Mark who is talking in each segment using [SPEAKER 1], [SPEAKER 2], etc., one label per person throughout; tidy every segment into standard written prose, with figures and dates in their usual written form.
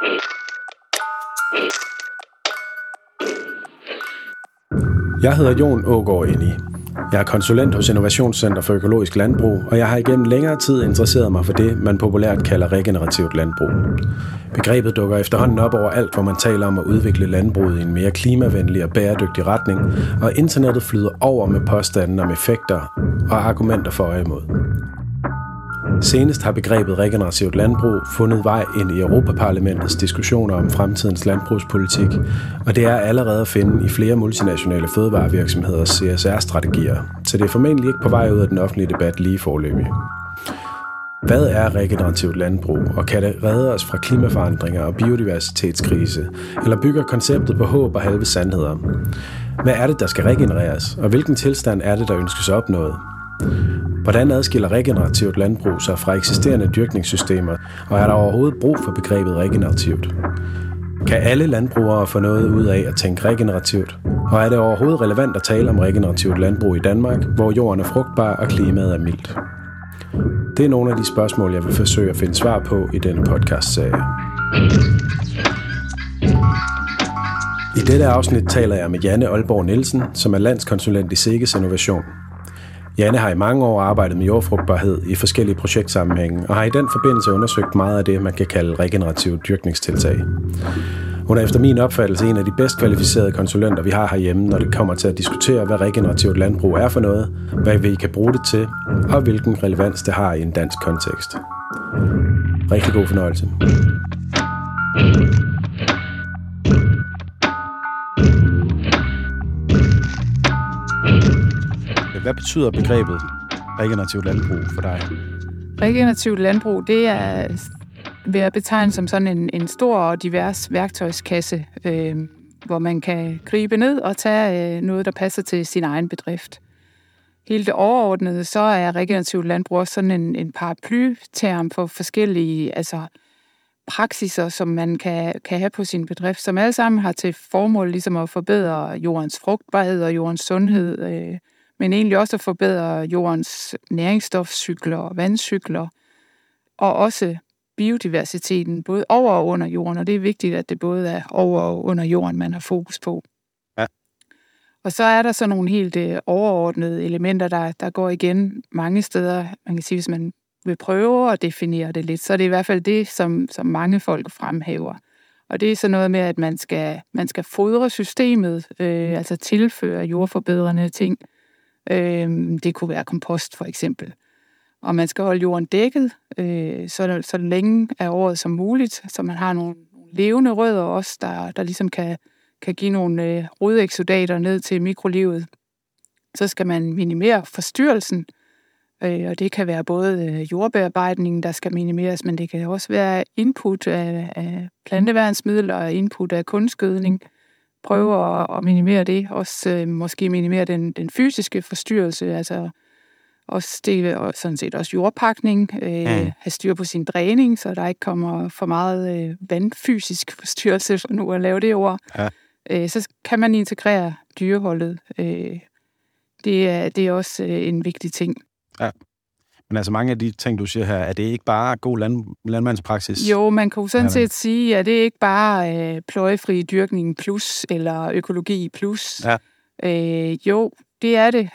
[SPEAKER 1] Jeg hedder Jon Aagaard Eni. Jeg er konsulent hos Innovationscenter for Økologisk Landbrug, og jeg har igennem længere tid interesseret mig for det, man populært kalder regenerativt landbrug. Begrebet dukker efterhånden op overalt, hvor man taler om at udvikle landbruget i en mere klimavenlig og bæredygtig retning, og internettet flyder over med påstande om effekter og argumenter for og imod. Senest har begrebet regenerativt landbrug fundet vej ind i Europaparlamentets diskussioner om fremtidens landbrugspolitik, og det er allerede at finde i flere multinationale fødevarevirksomheders CSR-strategier, så det er formentlig ikke på vej ud af den offentlige debat lige foreløbig. Hvad er regenerativt landbrug, og kan det redde os fra klimaforandringer og biodiversitetskrise, eller bygger konceptet på håb og halve sandheder? Hvad er det, der skal regenereres, og hvilken tilstand er det, der ønskes opnået? Hvordan adskiller regenerativt landbrug sig fra eksisterende dyrkningssystemer, og er der overhovedet brug for begrebet regenerativt? Kan alle landbrugere få noget ud af at tænke regenerativt? Og er det overhovedet relevant at tale om regenerativt landbrug i Danmark, hvor jorden er frugtbar og klimaet er mildt? Det er nogle af de spørgsmål, jeg vil forsøge at finde svar på i denne podcastserie. I dette afsnit taler jeg med Janne Aalborg Nielsen, som er landskonsulent i SEGES Innovation. Janne har i mange år arbejdet med jordfrugtbarhed i forskellige projektsammenhænge, og har i den forbindelse undersøgt meget af det, man kan kalde regenerative dyrkningstiltag. Hun er efter min opfattelse en af de bedst kvalificerede konsulenter, vi har herhjemme, når det kommer til at diskutere, hvad regenerativt landbrug er for noget, hvad vi kan bruge det til, og hvilken relevans det har i en dansk kontekst. Rigtig god fornøjelse. Hvad betyder begrebet regenerativt landbrug for dig?
[SPEAKER 2] Regenerativt landbrug, det er ved at betegne som sådan en stor og divers værktøjskasse, hvor man kan gribe ned og tage noget, der passer til sin egen bedrift. Helt det overordnede, så er regenerativt landbrug også sådan en paraplyterm for forskellige praksiser, som man kan have på sin bedrift, som alle sammen har til formål ligesom at forbedre jordens frugtbarhed og jordens sundhed, men egentlig også at forbedre jordens næringsstofcykler og vandcykler, og også biodiversiteten, både over og under jorden, og det er vigtigt, at det både er over og under jorden, man har fokus på. Ja. Og så er der så nogle helt overordnede elementer, der går igen mange steder. Man kan sige, hvis man vil prøve at definere det lidt, så er det i hvert fald det, som mange folk fremhæver. Og det er så noget med, at man skal fodre systemet, altså tilføre jordforbedrende ting. Det kunne være kompost for eksempel. Og man skal holde jorden dækket så længe af året som muligt, så man har nogle levende rødder også, der ligesom kan give nogle rodeksodater ned til mikrolivet. Så skal man minimere forstyrrelsen, og det kan være både jordbearbejdningen, der skal minimeres, men det kan også være input af planteværnsmidler og input af kunstgødning. Prøve at minimere det, også måske minimere den fysiske forstyrrelse, altså også det, og sådan set også jordpakning, have styr på sin dræning, så der ikke kommer for meget vandfysisk forstyrrelse, for nu at lave det ord. Ja. Så kan man integrere dyreholdet. Det er også en vigtig ting. Ja.
[SPEAKER 1] Men altså mange af de ting, du siger her, er det ikke bare god landmandspraksis?
[SPEAKER 2] Jo, man kan jo sådan set sige, at det ikke bare pløjefri dyrkning plus, eller økologi plus. Ja. Jo, det er det.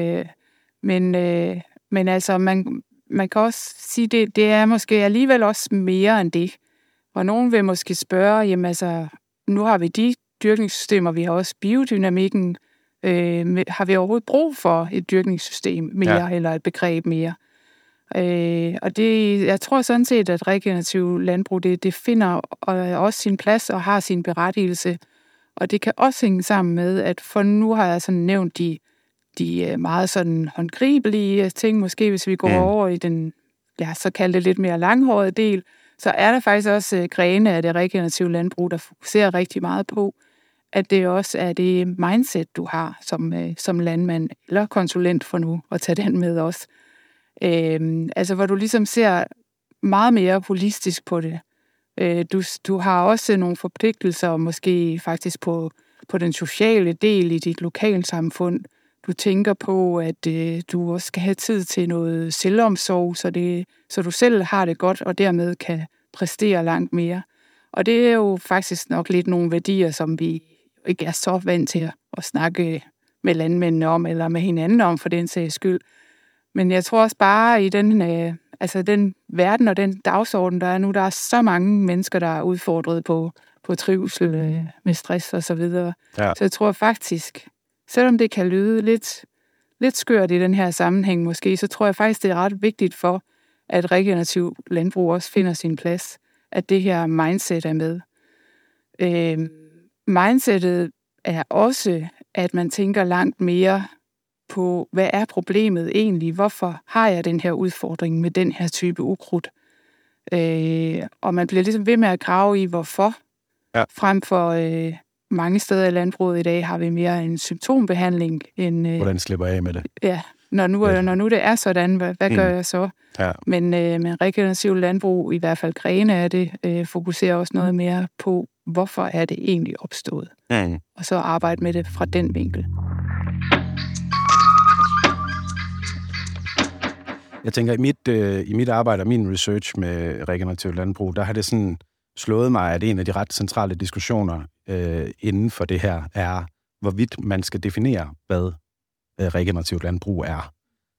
[SPEAKER 2] Men altså, man kan også sige, det er måske alligevel også mere end det. Og nogen vil måske spørge, jamen altså, nu har vi de dyrkningssystemer, vi har også biodynamikken. Har vi overhovedet brug for et dyrkningssystem mere, eller et begreb mere? Og jeg tror sådan set, at regenerativ landbrug, det finder også sin plads og har sin berettigelse. Og det kan også hænge sammen med, at for nu har jeg sådan nævnt de meget sådan håndgribelige ting, måske hvis vi går over i den, så kaldte lidt mere langhårede del, så er der faktisk også grene af det regenerative landbrug, der fokuserer rigtig meget på, at det også er det mindset, du har som landmand eller konsulent, for nu at tage den med også. Altså hvor du ligesom ser meget mere holistisk på det. Du har også nogle forpligtelser, måske faktisk på den sociale del i dit lokalsamfund. Du tænker på, at du også skal have tid til noget selvomsorg, så du selv har det godt, og dermed kan præstere langt mere. Og det er jo faktisk nok lidt nogle værdier, som vi ikke er så vant til at snakke med landmændene om, eller med hinanden om, for den sags skyld. Men jeg tror også bare, i den verden og den dagsorden, der er nu, der er så mange mennesker, der er udfordret på trivsel med stress og så videre. Ja. Så jeg tror faktisk, selvom det kan lyde lidt skørt i den her sammenhæng måske, så tror jeg faktisk, det er ret vigtigt for, at regenerativ landbrug også finder sin plads, at det her mindset er med. Mindsetet er også, at man tænker langt mere på, hvad er problemet egentlig? Hvorfor har jeg den her udfordring med den her type ukrudt? Og man bliver ligesom ved med at grave i, hvorfor. Ja. Frem for mange steder i landbruget i dag har vi mere en symptombehandling.
[SPEAKER 1] Hvordan slipper jeg af med det?
[SPEAKER 2] Ja, når nu det er sådan, hvad gør jeg så? Ja. Men regenerativ landbrug, i hvert fald grene af det, fokuserer også noget mere på, hvorfor er det egentlig opstået? Og så arbejde med det fra den vinkel.
[SPEAKER 1] Jeg tænker, i mit arbejde og min research med regenerativ landbrug, der har det sådan slået mig, at en af de ret centrale diskussioner inden for det her er, hvorvidt man skal definere, hvad regenerativt landbrug er.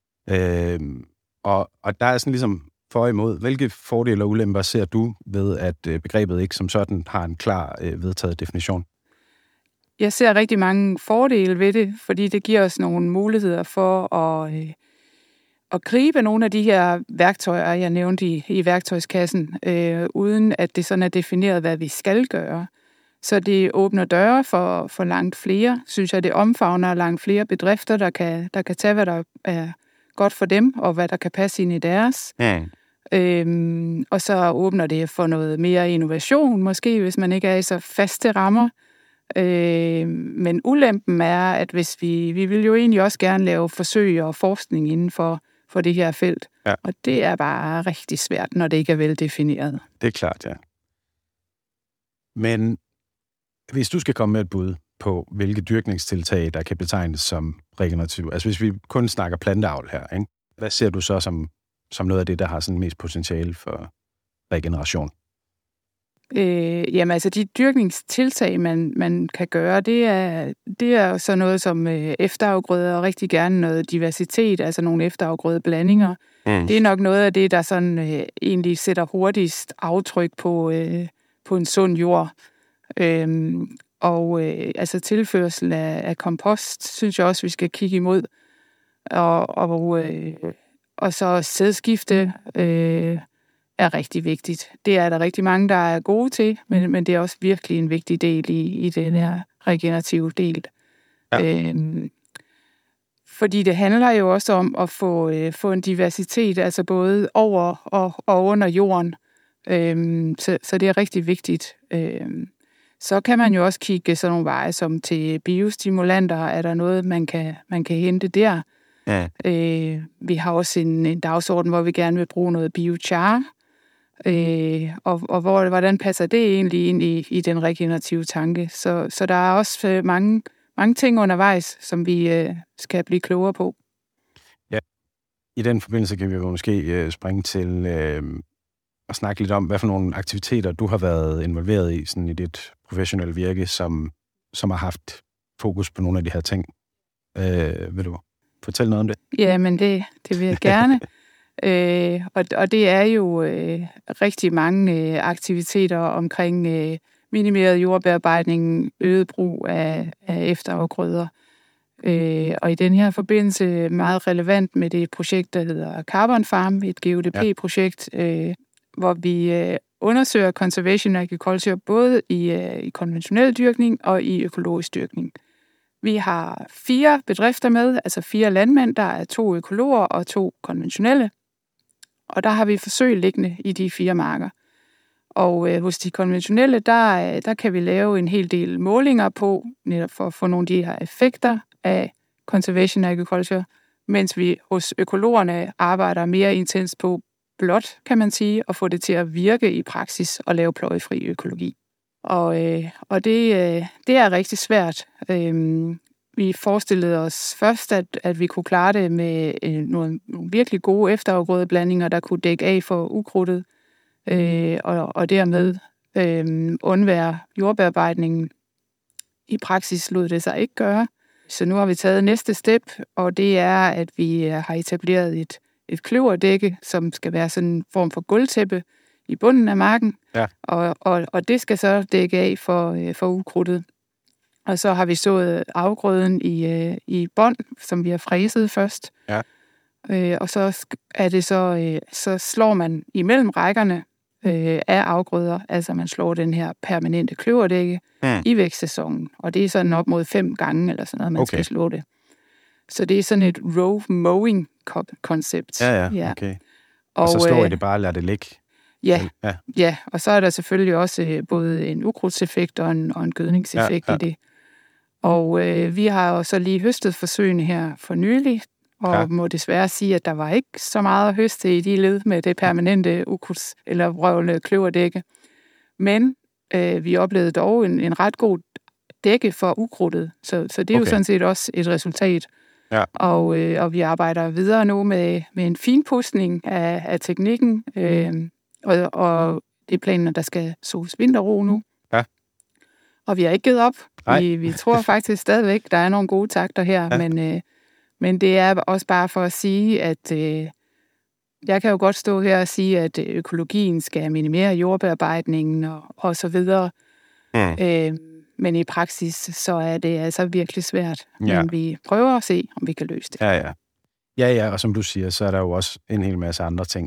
[SPEAKER 1] Og der er sådan ligesom for imod, hvilke fordele og ulemper ser du ved, at begrebet ikke som sådan har en klar vedtaget definition?
[SPEAKER 2] Jeg ser rigtig mange fordele ved det, fordi det giver os nogle muligheder for at gribe nogle af de her værktøjer, jeg nævnte i værktøjskassen, uden at det sådan er defineret, hvad vi skal gøre. Så det åbner døre for langt flere, synes jeg. Det omfavner langt flere bedrifter, der kan tage, hvad der er godt for dem, og hvad der kan passe ind i deres. Ja. Og så åbner det for noget mere innovation, måske, hvis man ikke er i så faste rammer. Men ulempen er, at hvis vi vil jo egentlig også gerne lave forsøg og forskning inden for det her felt. Ja. Og det er bare rigtig svært, når det ikke er veldefineret.
[SPEAKER 1] Det er klart, ja. Men hvis du skal komme med et bud på, hvilke dyrkningstiltag, der kan betegnes som regenerativ, altså hvis vi kun snakker planteavl her, ikke? Hvad ser du så som noget af det, der har sådan mest potentiale for regeneration?
[SPEAKER 2] Jamen altså de dyrkningstiltag, man kan gøre, det er så noget som efterafgrøder og rigtig gerne noget diversitet, altså nogle efterafgrødeblandinger. Det er nok noget af det, der sådan egentlig sætter hurtigst aftryk på en sund jord. Altså tilførsel af kompost, synes jeg også, vi skal kigge imod. Og så sædskifte er rigtig vigtigt. Det er der rigtig mange, der er gode til, men det er også virkelig en vigtig del i den her regenerative del. Ja. Fordi det handler jo også om at få en diversitet, altså både over og under jorden. Så det er rigtig vigtigt. Så kan man jo også kigge sådan nogle veje som til biostimulanter. Er der noget, man kan hente der? Ja. Vi har også en dagsorden, hvor vi gerne vil bruge noget biochar. Og hvordan passer det egentlig ind i den regenerative tanke? Så der er også mange ting undervejs, som vi skal blive klogere på.
[SPEAKER 1] Ja. I den forbindelse kan vi måske springe til at snakke lidt om, hvad for nogle aktiviteter du har været involveret i sådan i dit professionelle virke, som har haft fokus på nogle af de her ting. Vil du fortælle noget om det?
[SPEAKER 2] Ja, men det vil jeg gerne. Og det er jo rigtig mange aktiviteter omkring minimeret jordbearbejdning, øget brug af efterafgrøder. Og i den her forbindelse meget relevant med det projekt, der hedder Carbon Farm, et GODP-projekt, hvor vi undersøger conservation agriculture både i konventionel dyrkning og i økologisk dyrkning. Vi har 4 bedrifter med, altså 4 landmænd, der er 2 økologer og 2 konventionelle. Og der har vi forsøg liggende i de 4 marker. Og hos de konventionelle, der kan vi lave en hel del målinger på, netop for at få nogle af de her effekter af conservation agriculture, mens vi hos økologerne arbejder mere intens på blot, kan man sige, at få det til at virke i praksis og lave pløjefri økologi. Og det er rigtig svært. Vi forestillede os først, at vi kunne klare det med nogle virkelig gode efterafgrødeblandinger, der kunne dække af for ukrudtet, og dermed undvære jordbearbejdningen. I praksis lod det sig ikke gøre. Så nu har vi taget næste step, og det er, at vi har etableret et kløverdække, som skal være sådan en form for gulvtæppe i bunden af marken.
[SPEAKER 1] Ja.
[SPEAKER 2] Og det skal så dække af for ukrudtet. Og så har vi sået afgrøden i bånd, som vi har fræset først.
[SPEAKER 1] Ja.
[SPEAKER 2] Og så er det så slår man imellem rækkerne af afgrøder, altså man slår den her permanente kløverdække i vækstsæsonen. Og det er sådan op mod 5 gange, eller sådan noget, man skal slå det. Så det er sådan et row mowing koncept.
[SPEAKER 1] Ja, okay. Og så slår I det bare og lader det ligge?
[SPEAKER 2] Ja, og så er der selvfølgelig også både en ukrudtseffekt og en gødningseffekt i det. Og vi har jo så lige høstet forsøgene her for nylig, og må desværre sige, at der var ikke så meget at høste i de led med det permanente ukrudts- eller vrøvlende kløverdække. Men vi oplevede dog en ret god dække for ukrudtet, så det er jo sådan set også et resultat.
[SPEAKER 1] Ja.
[SPEAKER 2] Og vi arbejder videre nu med en finpudsning af teknikken, og det er planen, at der skal sås vinterro nu.
[SPEAKER 1] Ja.
[SPEAKER 2] Og vi har ikke givet op. Vi tror faktisk stadigvæk, der er nogle gode takter her, men det er også bare for at sige, at jeg kan jo godt stå her og sige, at økologien skal minimere jordbearbejdningen og så videre. Men i praksis, så er det altså virkelig svært. Ja. Men vi prøver at se, om vi kan løse det.
[SPEAKER 1] Ja, og som du siger, så er der jo også en hel masse andre ting,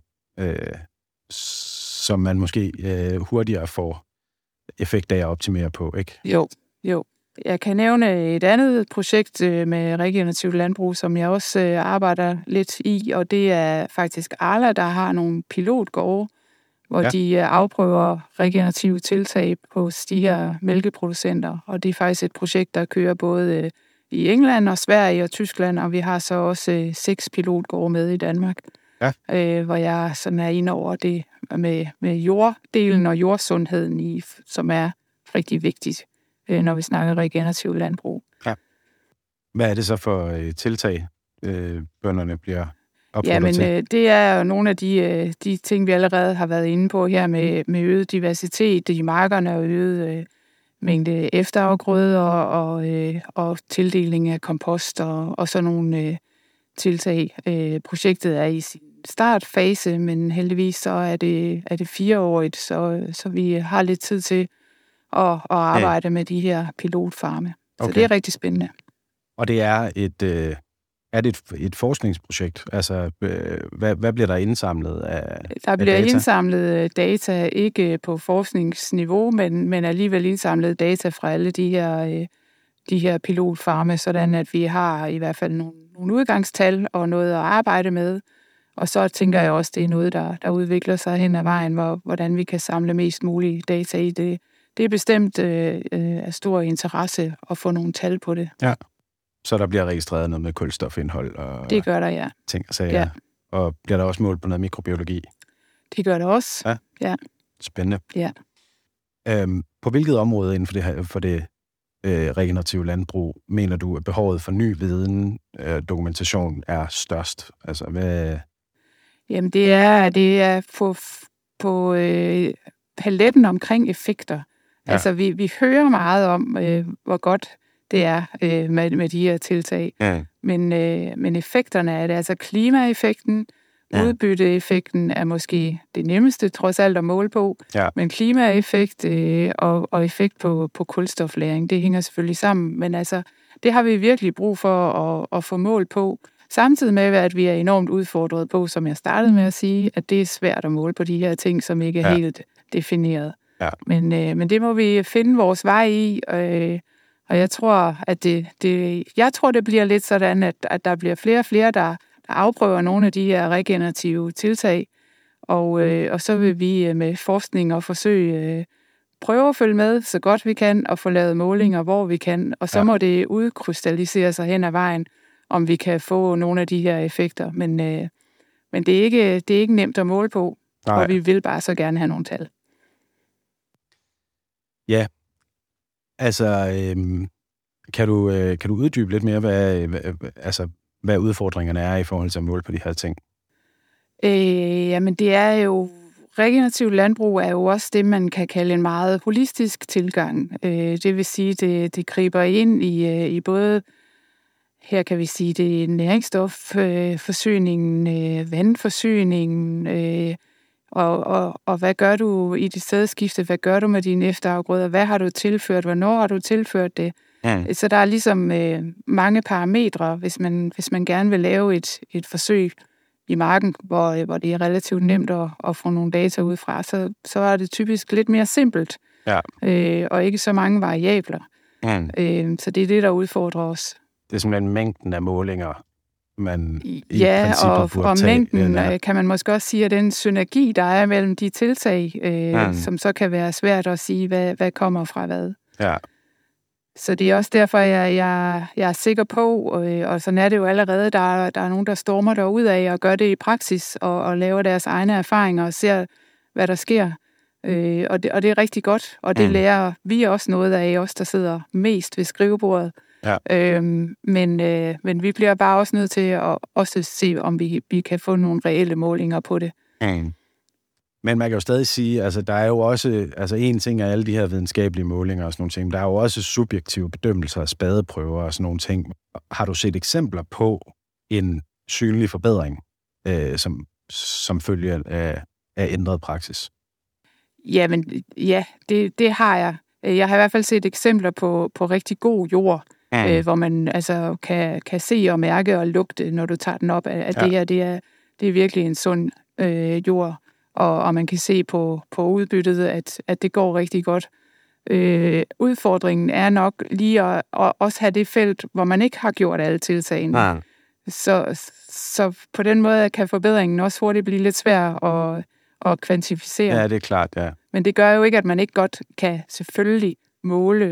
[SPEAKER 1] som man måske hurtigere får effekt af at optimere på, ikke?
[SPEAKER 2] Jo. Jeg kan nævne et andet projekt med regenerativt landbrug, som jeg også arbejder lidt i, og det er faktisk Arla, der har nogle pilotgårde, hvor de afprøver regenerative tiltag på de her mælkeproducenter. Og det er faktisk et projekt, der kører både i England og Sverige og Tyskland, og vi har så også 6 pilotgårde med i Danmark, hvor jeg sådan er inde over det med jorddelen og jordsundheden, som er rigtig vigtigt, når vi snakker regenerativt landbrug. Ja.
[SPEAKER 1] Hvad er det så for tiltag, bønderne bliver opfordret til?
[SPEAKER 2] Det er jo nogle af de ting, vi allerede har været inde på her med øget diversitet i markerne og øget mængde efterafgrøder og tildeling af kompost og sådan nogle tiltag. Projektet er i sin startfase, men heldigvis så er det 4-årigt, så vi har lidt tid til at arbejde med de her pilotfarme. Så det er rigtig spændende.
[SPEAKER 1] Og det er et forskningsprojekt? Altså, hvad bliver der indsamlet af
[SPEAKER 2] Der bliver
[SPEAKER 1] data?
[SPEAKER 2] indsamlet data, ikke på forskningsniveau, men alligevel indsamlet data fra alle de her pilotfarme, sådan at vi har i hvert fald nogle udgangstal og noget at arbejde med. Og så tænker jeg også, det er noget, der udvikler sig hen ad vejen, hvordan vi kan samle mest muligt data i det. Det er bestemt af stor interesse at få nogle tal på det.
[SPEAKER 1] Ja. Så der bliver registreret noget med kulstofindhold og
[SPEAKER 2] det gør der, ja.
[SPEAKER 1] Ting og sager. Ja. Og bliver der også målt på noget mikrobiologi?
[SPEAKER 2] Det gør der også. Ja.
[SPEAKER 1] Spændende.
[SPEAKER 2] Ja.
[SPEAKER 1] På hvilket område inden for det regenerative landbrug mener du, at behovet for ny viden, dokumentation er størst? Altså, hvad...
[SPEAKER 2] Jamen, det er på paletten omkring effekter. Ja. Altså, vi hører meget om, hvor godt det er med de her tiltag. Ja. Men effekterne er det, altså klimaeffekten, udbytteeffekten er måske det nemmeste, trods alt at måle på. Ja. Men klimaeffekt og effekt på kulstoflagring, det hænger selvfølgelig sammen. Men altså, det har vi virkelig brug for at få mål på. Samtidig med, at vi er enormt udfordret på, som jeg startede med at sige, at det er svært at måle på de her ting, som ikke er helt defineret. Ja. Men det må vi finde vores vej i, og jeg tror, at det bliver lidt sådan, at der bliver flere og flere, der afprøver nogle af de her regenerative tiltag, og så vil vi med forskning og forsøg prøve at følge med så godt vi kan, og få lavet målinger, hvor vi kan, og så må det udkrystallisere sig hen ad vejen, om vi kan få nogle af de her effekter. Men det er ikke nemt at måle på, og vi vil bare så gerne have nogle tal.
[SPEAKER 1] Ja, altså, kan du uddybe lidt mere, hvad udfordringerne er i forhold til at måle på de her ting?
[SPEAKER 2] Jamen, det er jo regenerativt landbrug er jo også det, man kan kalde en meget holistisk tilgang. Det vil sige, det griber ind i både, her kan vi sige, det er næringsstofforsyningen, vandforsyningen, og hvad gør du i dit sædskifte? Hvad gør du med dine efterafgrøder? Hvad har du tilført? Hvornår har du tilført det? Ja. Så der er ligesom mange parametre, hvis man gerne vil lave et forsøg i marken, hvor det er relativt nemt at få nogle data ud fra, så er det typisk lidt mere simpelt, og ikke så mange variabler. Så det er det, der udfordrer os.
[SPEAKER 1] Det er simpelthen mængden af målinger, man i
[SPEAKER 2] princippet
[SPEAKER 1] burde
[SPEAKER 2] og
[SPEAKER 1] tage.
[SPEAKER 2] Mængden kan man måske også sige, at den synergi, der er mellem de tiltag, som så kan være svært at sige, hvad kommer fra hvad.
[SPEAKER 1] Ja.
[SPEAKER 2] Så det er også derfor, jeg er sikker på, og sådan er det jo allerede, der er nogen, der stormer derudad og gør det i praksis, og laver deres egne erfaringer og ser, hvad der sker. Og det er rigtig godt, og det lærer vi også noget af, os der sidder mest ved skrivebordet. Ja. Men vi bliver bare også nødt til at også se, om vi kan få nogle reelle målinger på det.
[SPEAKER 1] Men man kan jo stadig sige, altså der er jo også, altså en ting er alle de her videnskabelige målinger og sådan nogle ting, der er jo også subjektive bedømmelser og spadeprøver og sådan nogle ting. Har du set eksempler på en synlig forbedring, som følge af ændret praksis?
[SPEAKER 2] Jamen, ja, det har jeg. Jeg har i hvert fald set eksempler på rigtig god jord, hvor man altså kan se og mærke og lugte, når du tager den op, at det her, det er virkelig en sund jord. Og man kan se på udbyttet, at det går rigtig godt. Udfordringen er nok lige at også have det felt, hvor man ikke har gjort alle tiltagene. Ja. Så på den måde kan forbedringen også hurtigt blive lidt svær at kvantificere.
[SPEAKER 1] Ja, det er klart, ja.
[SPEAKER 2] Men det gør jo ikke, at man ikke godt kan selvfølgelig måle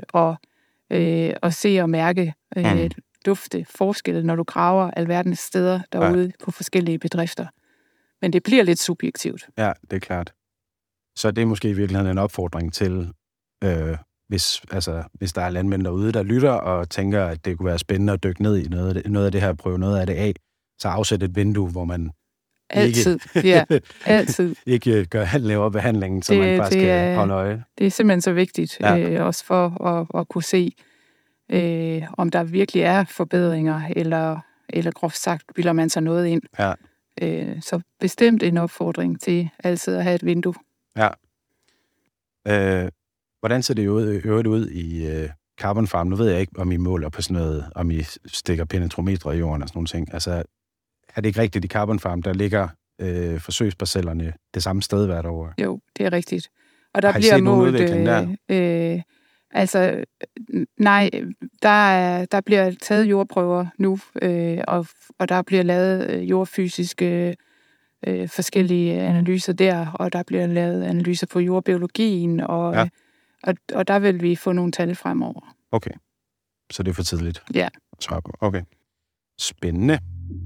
[SPEAKER 2] og se og mærke dufte forskel, når du graver alverdens steder derude på forskellige bedrifter. Men det bliver lidt subjektivt.
[SPEAKER 1] Ja, det er klart. Så det er måske i virkeligheden en opfordring til, hvis der er landmænd derude, der lytter og tænker, at det kunne være spændende at dykke ned i noget af det her, prøve noget af det af, så afsæt et vindue, hvor man
[SPEAKER 2] altid
[SPEAKER 1] ikke laver behandlingen, så man faktisk kan holde øje.
[SPEAKER 2] Det er simpelthen så vigtigt, også for at kunne se, om der virkelig er forbedringer, eller groft sagt, bilder man sig noget ind. Ja. Så bestemt en opfordring til altid at have et vindue.
[SPEAKER 1] Ja. Hvordan ser det øvrigt ud i Carbon Farm? Nu ved jeg ikke, om I måler på sådan noget, om I stikker penetrometre i jorden og sådan nogle ting. Altså, er det ikke rigtigt i Carbon Farm, der ligger forsøgsparcellerne det samme sted hvert år?
[SPEAKER 2] Jo, det er rigtigt. Og der
[SPEAKER 1] har I
[SPEAKER 2] bliver
[SPEAKER 1] set nogen udvikling der?
[SPEAKER 2] Altså, nej, der bliver taget jordprøver nu, og der bliver lavet jordfysiske forskellige analyser der, og der bliver lavet analyser på jordbiologien, og der vil vi få nogle tal fremover.
[SPEAKER 1] Okay, så det er for tidligt?
[SPEAKER 2] Ja.
[SPEAKER 1] Okay, spændende.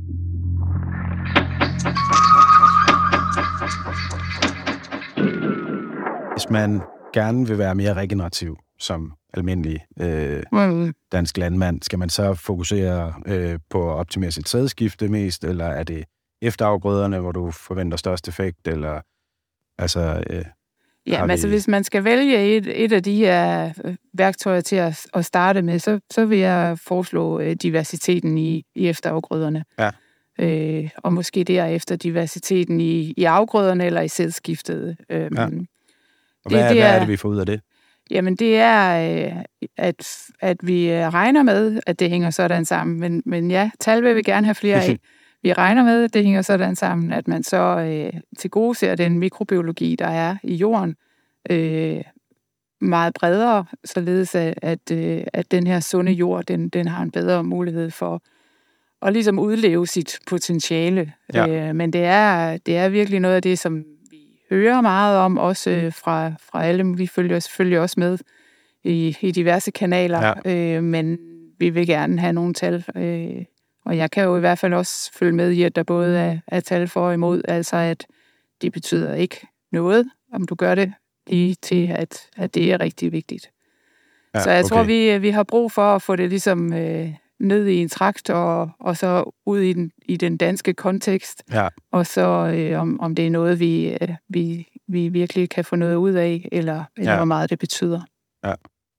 [SPEAKER 1] Hvis man gerne vil være mere regenerativ som almindelig dansk landmand, skal man så fokusere på at optimere sit sædskifte mest, eller er det efterafgrøderne, hvor du forventer størst effekt, eller altså...
[SPEAKER 2] men altså hvis man skal vælge et af de her værktøjer til at starte med, så vil jeg foreslå diversiteten i efterafgrøderne. Ja. Og måske derefter diversiteten i afgrøderne eller i sædskiftet.
[SPEAKER 1] Og hvad er det, vi får ud af det?
[SPEAKER 2] Jamen, det er, at vi regner med, at det hænger sådan sammen. Men ja, tal vil vi gerne have flere af. Vi regner med, at det hænger sådan sammen, at man så tilgodeser den mikrobiologi, der er i jorden, meget bredere, således at den her sunde jord, den har en bedre mulighed for at ligesom udleve sit potentiale. Ja. Men det er virkelig noget af det, som hører meget om, også fra alle. Vi følger selvfølgelig også med i diverse kanaler, men vi vil gerne have nogle tal. Og jeg kan jo i hvert fald også følge med i, at der både er tal for og imod, altså at det betyder ikke noget, om du gør det, lige til at det er rigtig vigtigt. Ja, så jeg tror, vi har brug for at få det ligesom ned i en trakt, og så ud i den danske kontekst, og så om det er noget, vi virkelig kan få noget ud af, eller hvor meget det betyder.
[SPEAKER 1] Ja.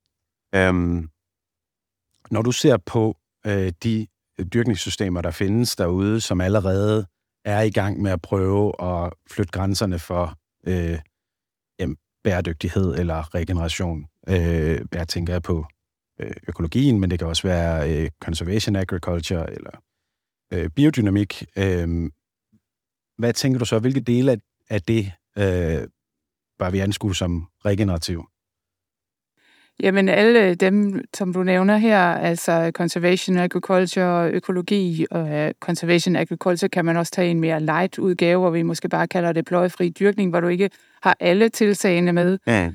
[SPEAKER 1] Når du ser på de dyrkningssystemer, der findes derude, som allerede er i gang med at prøve at flytte grænserne for bæredygtighed eller regeneration. Jeg tænker på økologien, men det kan også være conservation agriculture eller biodynamik. Hvad tænker du så? Hvilke dele af det bør vi anskue som regenerativ?
[SPEAKER 2] Jamen alle dem, som du nævner her, altså conservation agriculture, økologi og conservation agriculture, kan man også tage en mere light udgave, hvor vi måske bare kalder det pløjefri dyrkning, hvor du ikke har alle tiltagene med.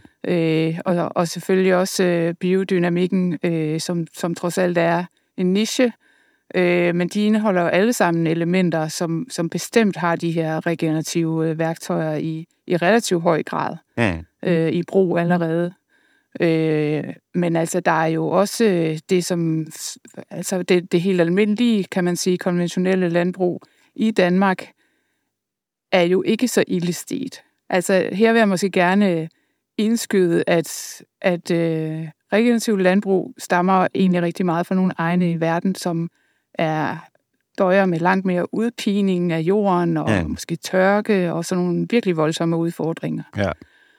[SPEAKER 2] Og selvfølgelig også biodynamikken, som trods alt er en niche. Men de indeholder jo alle sammen elementer, som bestemt har de her regenerative værktøjer i relativt høj grad i brug allerede. Men altså, der er jo også det, som altså det helt almindelige, kan man sige, konventionelle landbrug i Danmark, er jo ikke så ildestet. Altså, her vil jeg måske gerne indskyde, at regenerativt landbrug stammer egentlig rigtig meget fra nogle egne i verden, som døjer med langt mere udpining af jorden, og måske tørke, og sådan nogle virkelig voldsomme udfordringer. Ja.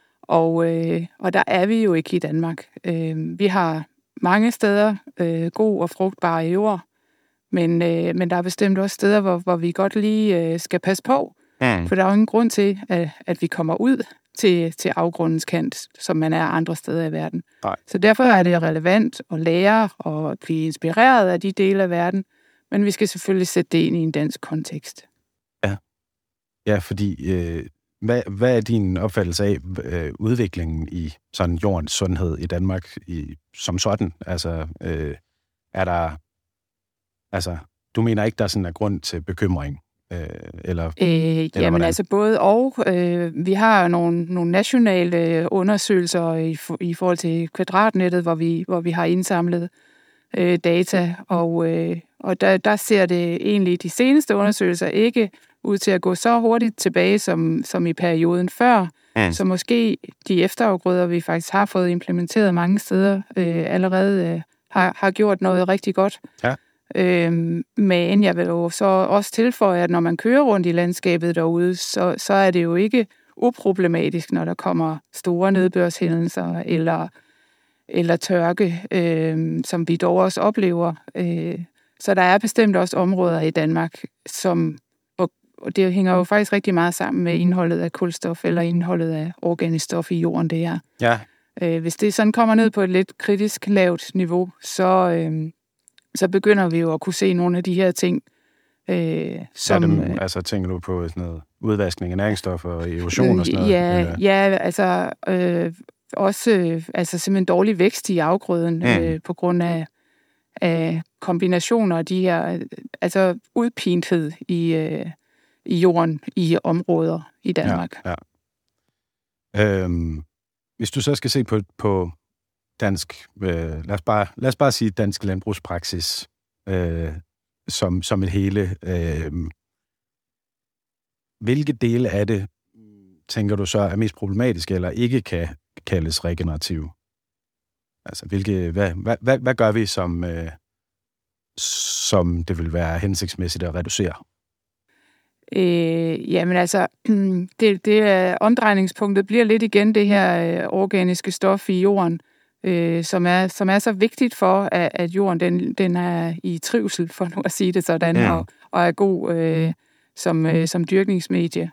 [SPEAKER 2] Og der er vi jo ikke i Danmark. Vi har mange steder god og frugtbar jord, men der er bestemt også steder, hvor vi godt lige skal passe på, for der er jo ingen grund til, at vi kommer ud til afgrundens kant, som man er andre steder i verden. Nej. Så derfor er det relevant at lære og blive inspireret af de dele af verden, men vi skal selvfølgelig sætte det ind i en dansk kontekst.
[SPEAKER 1] Ja, fordi hvad er din opfattelse af udviklingen i sådan jordens sundhed i Danmark som sådan? Altså, er der... Altså, du mener ikke, der sådan er grund til bekymring?
[SPEAKER 2] Jamen altså både og. Vi har nogle nationale undersøgelser i forhold til kvadratnettet, hvor vi har indsamlet data, og der ser det egentlig de seneste undersøgelser ikke ud til at gå så hurtigt tilbage som i perioden før. Så måske de efterafgrøder, vi faktisk har fået implementeret mange steder, allerede har gjort noget rigtig godt. Ja. Men jeg vil jo så også tilføje, at når man kører rundt i landskabet derude, så er det jo ikke uproblematisk, når der kommer store nedbørshændelser eller tørke, som vi dog også oplever. Så der er bestemt også områder i Danmark, og det hænger jo faktisk rigtig meget sammen med indholdet af kulstof eller indholdet af organisk stof i jorden, det er. Ja. Hvis det sådan kommer ned på et lidt kritisk lavt niveau, så begynder vi jo at kunne se nogle af de her ting.
[SPEAKER 1] Altså tænker du på sådan noget udvaskning af næringsstoffer og erosion og sådan noget?
[SPEAKER 2] Ja, altså også altså simpelthen dårlig vækst i afgrøden på grund af kombinationer af de her, altså udpinthed i jorden i områder i Danmark.
[SPEAKER 1] Ja. Hvis du så skal se på dansk, lad os bare sige dansk landbrugspraksis som et hele. Hvilke dele af det, tænker du så, er mest problematiske eller ikke kan kaldes regenerative? Altså, hvad gør vi, som det vil være hensigtsmæssigt at reducere?
[SPEAKER 2] Jamen altså, det omdrejningspunktet bliver lidt igen det her organiske stof i jorden, som er så vigtigt for, at jorden den er i trivsel, for nu at sige det sådan, og er god som dyrkningsmedie.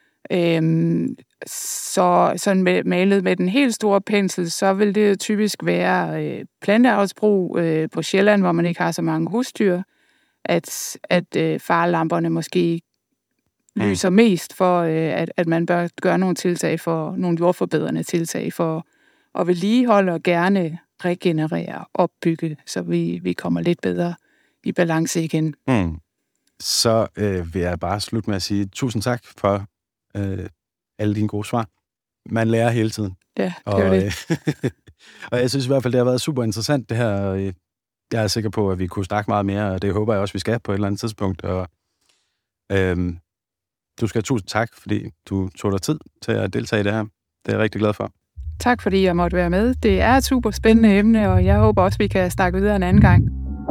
[SPEAKER 2] Så sådan malet med den helt store pensel, så vil det typisk være planteavlsbrug på Sjælland, hvor man ikke har så mange husdyr, at farlamperne måske lyser mest for, at man bør gøre nogle tiltag for nogle jordforbedrende tiltag for at vedligeholde og gerne regenerere, opbygge, så vi kommer lidt bedre i balance igen.
[SPEAKER 1] Så vil jeg bare slutte med at sige tusind tak for alle dine gode svar. Man lærer hele tiden.
[SPEAKER 2] Ja, det er det.
[SPEAKER 1] Og jeg synes i hvert fald, det har været super interessant det her. Jeg er sikker på, at vi kunne snakke meget mere, og det håber jeg også, vi skal på et eller andet tidspunkt. Og Du skal have tusind tak, fordi du tog dig tid til at deltage i det her. Det er jeg rigtig glad for.
[SPEAKER 2] Tak fordi jeg måtte være med. Det er et super spændende emne, og jeg håber også, vi kan snakke videre en anden gang.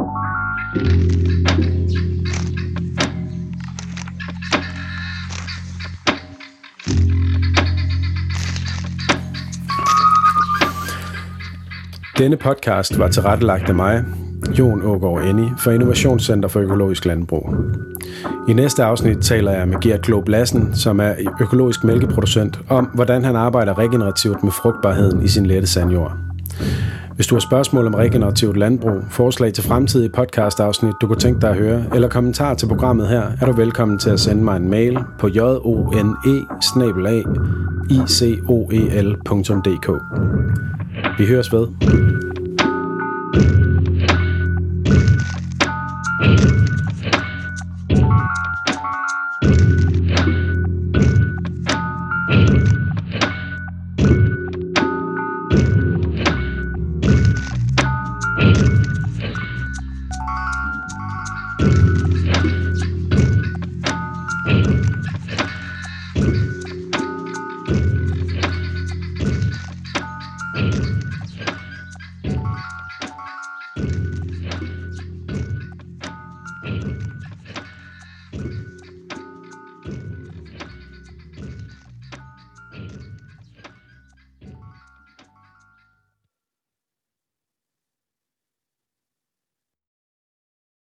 [SPEAKER 1] Denne podcast var tilrettelagt af mig, Jon Aagaard Enni, for Innovationscenter for Økologisk Landbrug. I næste afsnit taler jeg med Gert Glob Lassen, som er økologisk mælkeproducent, om hvordan han arbejder regenerativt med frugtbarheden i sin lette sandjord. Hvis du har spørgsmål om regenerativt landbrug, forslag til fremtidige podcastafsnit, du kunne tænke dig at høre, eller kommentarer til programmet her, er du velkommen til at sende mig en mail på jone@icoel.dk. Vi høres ved.